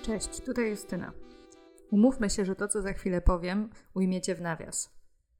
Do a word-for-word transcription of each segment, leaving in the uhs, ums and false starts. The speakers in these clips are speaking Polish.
Cześć, tutaj Justyna. Umówmy się, że to, co za chwilę powiem, ujmiecie w nawias.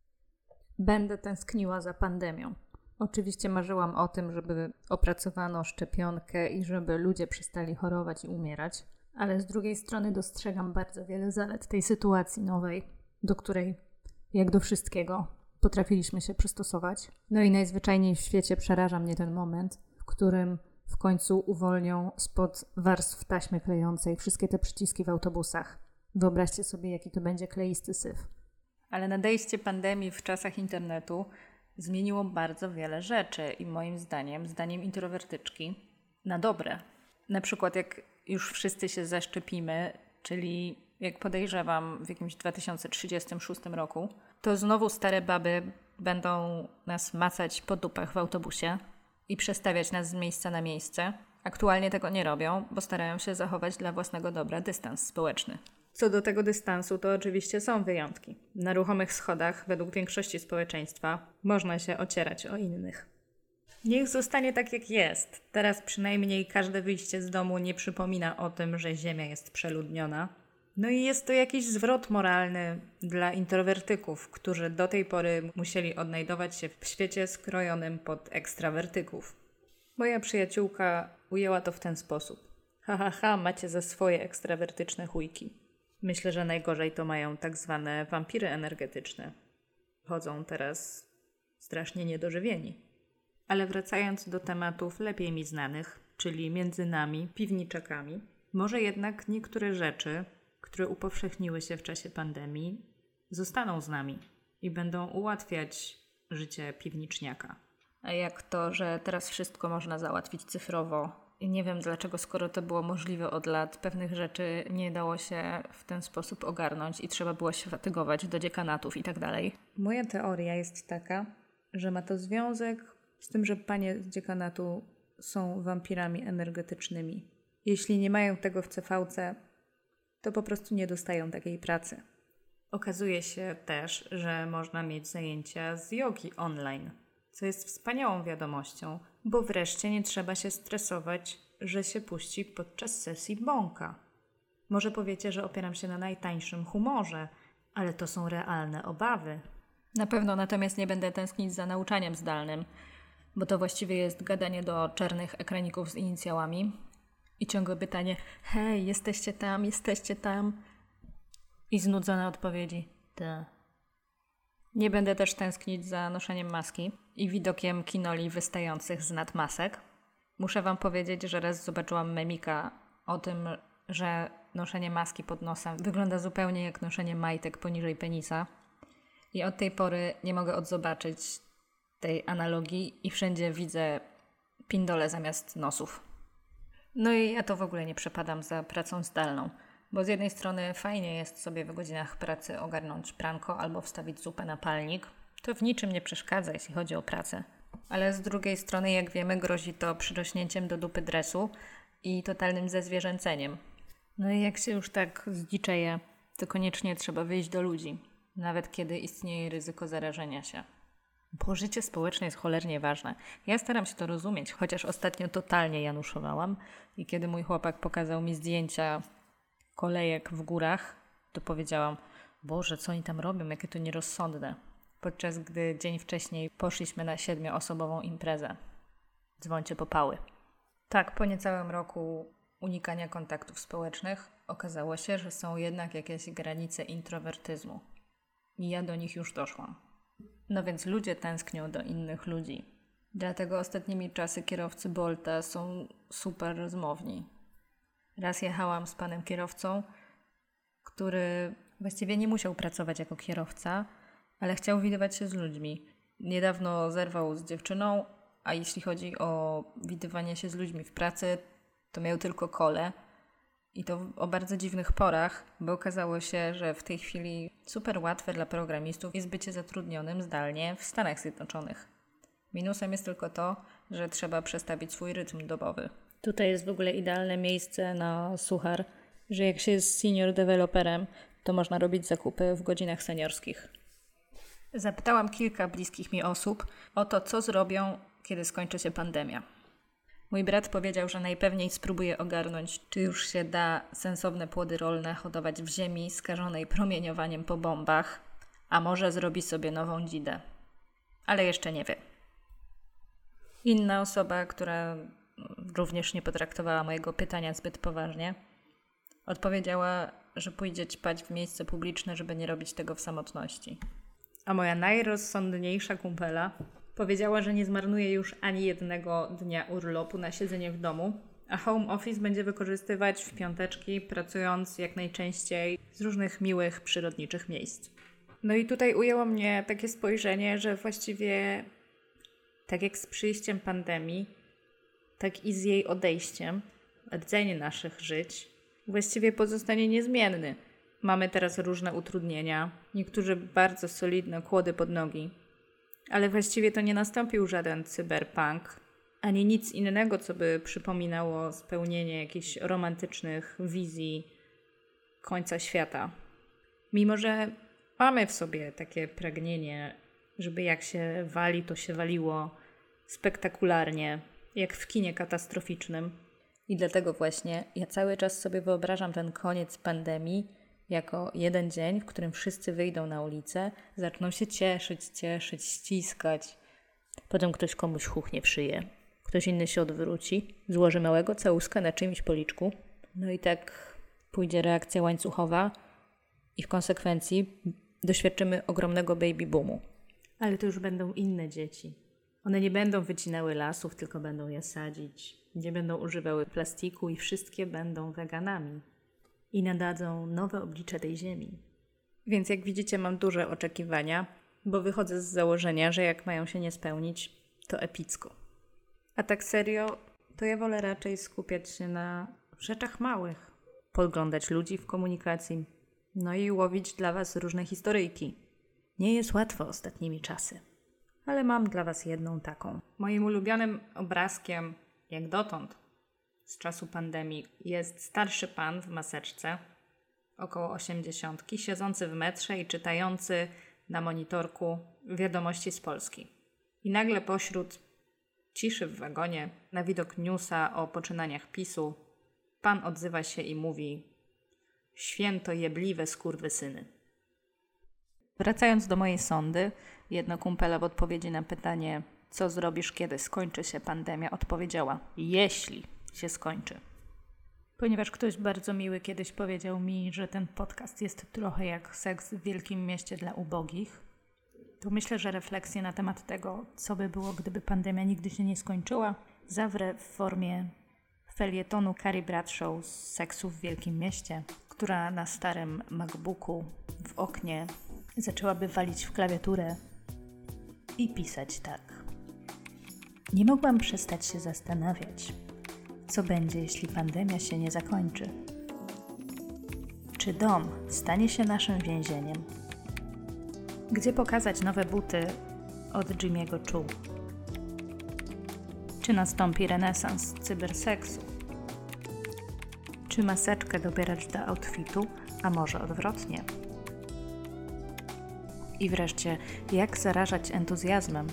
Będę tęskniła za pandemią. Oczywiście marzyłam o tym, żeby opracowano szczepionkę i żeby ludzie przestali chorować i umierać, ale z drugiej strony dostrzegam bardzo wiele zalet tej sytuacji nowej, do której, jak do wszystkiego, potrafiliśmy się przystosować. No i najzwyczajniej w świecie przeraża mnie ten moment, w którym w końcu uwolnią spod warstw taśmy klejącej wszystkie te przyciski w autobusach. Wyobraźcie sobie, jaki to będzie kleisty syf. Ale nadejście pandemii w czasach internetu zmieniło bardzo wiele rzeczy i moim zdaniem, zdaniem introwertyczki, na dobre. Na przykład jak już wszyscy się zaszczepimy, czyli jak podejrzewam w jakimś dwa tysiące trzydziestym szóstym roku, to znowu stare baby będą nas macać po dupach w autobusie i przestawiać nas z miejsca na miejsce. Aktualnie tego nie robią, bo starają się zachować dla własnego dobra dystans społeczny. Co do tego dystansu, to oczywiście są wyjątki. Na ruchomych schodach, według większości społeczeństwa, można się ocierać o innych. Niech zostanie tak, jak jest. Teraz przynajmniej każde wyjście z domu nie przypomina o tym, że ziemia jest przeludniona. No i jest to jakiś zwrot moralny dla introwertyków, którzy do tej pory musieli odnajdować się w świecie skrojonym pod ekstrawertyków. Moja przyjaciółka ujęła to w ten sposób. Ha, ha, ha, macie za swoje ekstrawertyczne chujki. Myślę, że najgorzej to mają tak zwane wampiry energetyczne. Chodzą teraz strasznie niedożywieni. Ale wracając do tematów lepiej mi znanych, czyli między nami, piwniczakami, może jednak niektóre rzeczy, które upowszechniły się w czasie pandemii, zostaną z nami i będą ułatwiać życie piwniczniaka. A jak to, że teraz wszystko można załatwić cyfrowo? I nie wiem dlaczego, skoro to było możliwe od lat, pewnych rzeczy nie dało się w ten sposób ogarnąć i trzeba było się fatygować do dziekanatów i tak dalej. Moja teoria jest taka, że ma to związek z tym, że panie z dziekanatu są wampirami energetycznymi. Jeśli nie mają tego w C V C, to po prostu nie dostają takiej pracy. Okazuje się też, że można mieć zajęcia z jogi online, co jest wspaniałą wiadomością, bo wreszcie nie trzeba się stresować, że się puści podczas sesji bąka. Może powiecie, że opieram się na najtańszym humorze, ale to są realne obawy. Na pewno natomiast nie będę tęsknić za nauczaniem zdalnym, bo to właściwie jest gadanie do czarnych ekraników z inicjałami i ciągłe pytanie: hej, jesteście tam, jesteście tam? I znudzone odpowiedzi: ta. Nie będę też tęsknić za noszeniem maski i widokiem kinoli wystających z nad masek. Muszę wam powiedzieć, że raz zobaczyłam memika o tym, że noszenie maski pod nosem wygląda zupełnie jak noszenie majtek poniżej penisa. I od tej pory nie mogę odzobaczyć tej analogii i wszędzie widzę pindole zamiast nosów. No i ja to w ogóle nie przepadam za pracą zdalną, bo z jednej strony fajnie jest sobie w godzinach pracy ogarnąć pranko albo wstawić zupę na palnik. To w niczym nie przeszkadza, jeśli chodzi o pracę. Ale z drugiej strony, jak wiemy, grozi to przyrośnięciem do dupy dresu i totalnym zezwierzęceniem. No i jak się już tak zdziczeje, to koniecznie trzeba wyjść do ludzi, nawet kiedy istnieje ryzyko zarażenia się. Bo życie społeczne jest cholernie ważne. Ja staram się to rozumieć, chociaż ostatnio totalnie januszowałam i kiedy mój chłopak pokazał mi zdjęcia kolejek w górach, to powiedziałam: Boże, co oni tam robią, jakie to nierozsądne. Podczas gdy dzień wcześniej poszliśmy na siedmioosobową imprezę. Dzwońcie po pały. Tak, po niecałym roku unikania kontaktów społecznych okazało się, że są jednak jakieś granice introwertyzmu. I ja do nich już doszłam. No więc ludzie tęsknią do innych ludzi. Dlatego ostatnimi czasy kierowcy Bolta są super rozmowni. Raz jechałam z panem kierowcą, który właściwie nie musiał pracować jako kierowca, ale chciał widywać się z ludźmi. Niedawno zerwał z dziewczyną, a jeśli chodzi o widywanie się z ludźmi w pracy, to miał tylko kole. I to o bardzo dziwnych porach, bo okazało się, że w tej chwili super łatwe dla programistów jest bycie zatrudnionym zdalnie w Stanach Zjednoczonych. Minusem jest tylko to, że trzeba przestawić swój rytm dobowy. Tutaj jest w ogóle idealne miejsce na suchar, że jak się jest senior deweloperem, to można robić zakupy w godzinach seniorskich. Zapytałam kilka bliskich mi osób o to, co zrobią, kiedy skończy się pandemia. Mój brat powiedział, że najpewniej spróbuje ogarnąć, czy już się da sensowne płody rolne hodować w ziemi skażonej promieniowaniem po bombach, a może zrobi sobie nową dzidę. Ale jeszcze nie wie. Inna osoba, która również nie potraktowała mojego pytania zbyt poważnie, odpowiedziała, że pójdzie ćpać w miejsce publiczne, żeby nie robić tego w samotności. A moja najrozsądniejsza kumpela powiedziała, że nie zmarnuje już ani jednego dnia urlopu na siedzenie w domu, a home office będzie wykorzystywać w piąteczki, pracując jak najczęściej z różnych miłych, przyrodniczych miejsc. No i tutaj ujęło mnie takie spojrzenie, że właściwie tak jak z przyjściem pandemii, tak i z jej odejściem, rdzeń naszych żyć właściwie pozostanie niezmienny. Mamy teraz różne utrudnienia, niektórzy bardzo solidne kłody pod nogi, ale właściwie to nie nastąpił żaden cyberpunk, ani nic innego, co by przypominało spełnienie jakichś romantycznych wizji końca świata. Mimo że mamy w sobie takie pragnienie, żeby jak się wali, to się waliło spektakularnie, jak w kinie katastroficznym. I dlatego właśnie ja cały czas sobie wyobrażam ten koniec pandemii jako jeden dzień, w którym wszyscy wyjdą na ulicę, zaczną się cieszyć, cieszyć, ściskać. Potem ktoś komuś chuchnie w szyję, ktoś inny się odwróci, złoży małego całuska na czyimś policzku. No i tak pójdzie reakcja łańcuchowa i w konsekwencji doświadczymy ogromnego baby boomu. Ale to już będą inne dzieci. One nie będą wycinały lasów, tylko będą je sadzić. Nie będą używały plastiku i wszystkie będą weganami. I nadadzą nowe oblicze tej ziemi. Więc jak widzicie, mam duże oczekiwania, bo wychodzę z założenia, że jak mają się nie spełnić, to epicko. A tak serio, to ja wolę raczej skupiać się na rzeczach małych. Podglądać ludzi w komunikacji, no i łowić dla Was różne historyjki. Nie jest łatwo ostatnimi czasy. Ale mam dla Was jedną taką. Moim ulubionym obrazkiem, jak dotąd, z czasu pandemii, jest starszy pan w maseczce, około osiemdziesiątki, siedzący w metrze i czytający na monitorku wiadomości z Polski. I nagle pośród ciszy w wagonie, na widok newsa o poczynaniach PiSu, pan odzywa się i mówi: święto jebliwe skurwysyny. Wracając do mojej sondy, jedna kumpela w odpowiedzi na pytanie, co zrobisz, kiedy skończy się pandemia, odpowiedziała: jeśli się skończy. Ponieważ ktoś bardzo miły kiedyś powiedział mi, że ten podcast jest trochę jak seks w wielkim mieście dla ubogich, to myślę, że refleksję na temat tego, co by było, gdyby pandemia nigdy się nie skończyła, zawrę w formie felietonu Carrie Bradshaw z Seksu w Wielkim Mieście, która na starym MacBooku w oknie zaczęłaby walić w klawiaturę i pisać tak. Nie mogłam przestać się zastanawiać, co będzie, jeśli pandemia się nie zakończy. Czy dom stanie się naszym więzieniem? Gdzie pokazać nowe buty od Jimmy'ego Choo? Czy nastąpi renesans cyberseksu? Czy maseczkę dobierać do outfitu, a może odwrotnie? I wreszcie, jak zarażać entuzjazmem,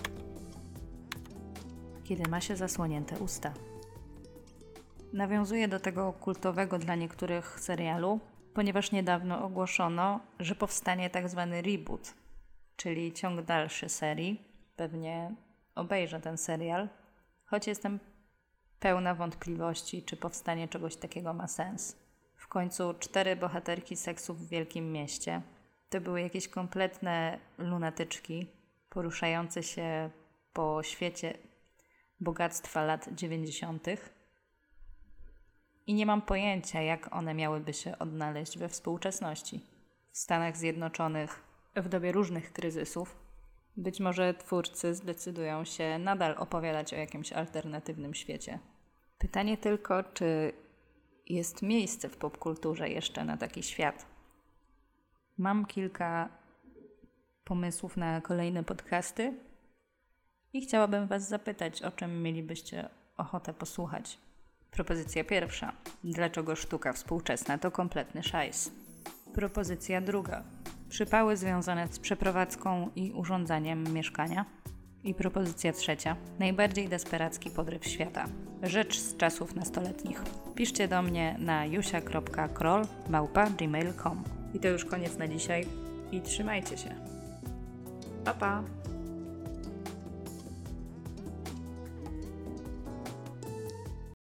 kiedy ma się zasłonięte usta? Nawiązuję do tego kultowego dla niektórych serialu, ponieważ niedawno ogłoszono, że powstanie tak zwany reboot, czyli ciąg dalszy serii. Pewnie obejrzę ten serial, choć jestem pełna wątpliwości, czy powstanie czegoś takiego ma sens. W końcu cztery bohaterki Seksu w Wielkim Mieście to były jakieś kompletne lunatyczki poruszające się po świecie bogactwa lat dziewięćdziesiątych. I nie mam pojęcia, jak one miałyby się odnaleźć we współczesności. W Stanach Zjednoczonych w dobie różnych kryzysów być może twórcy zdecydują się nadal opowiadać o jakimś alternatywnym świecie. Pytanie tylko, czy jest miejsce w popkulturze jeszcze na taki świat? Mam kilka pomysłów na kolejne podcasty i chciałabym Was zapytać, o czym mielibyście ochotę posłuchać. Propozycja pierwsza. Dlaczego sztuka współczesna to kompletny szajs? Propozycja druga. Przypały związane z przeprowadzką i urządzaniem mieszkania. I propozycja trzecia. Najbardziej desperacki podryw świata. Rzecz z czasów nastoletnich. Piszcie do mnie na jusia kropka kroll małpa gmail kropka com. I to już koniec na dzisiaj i trzymajcie się. Pa, pa!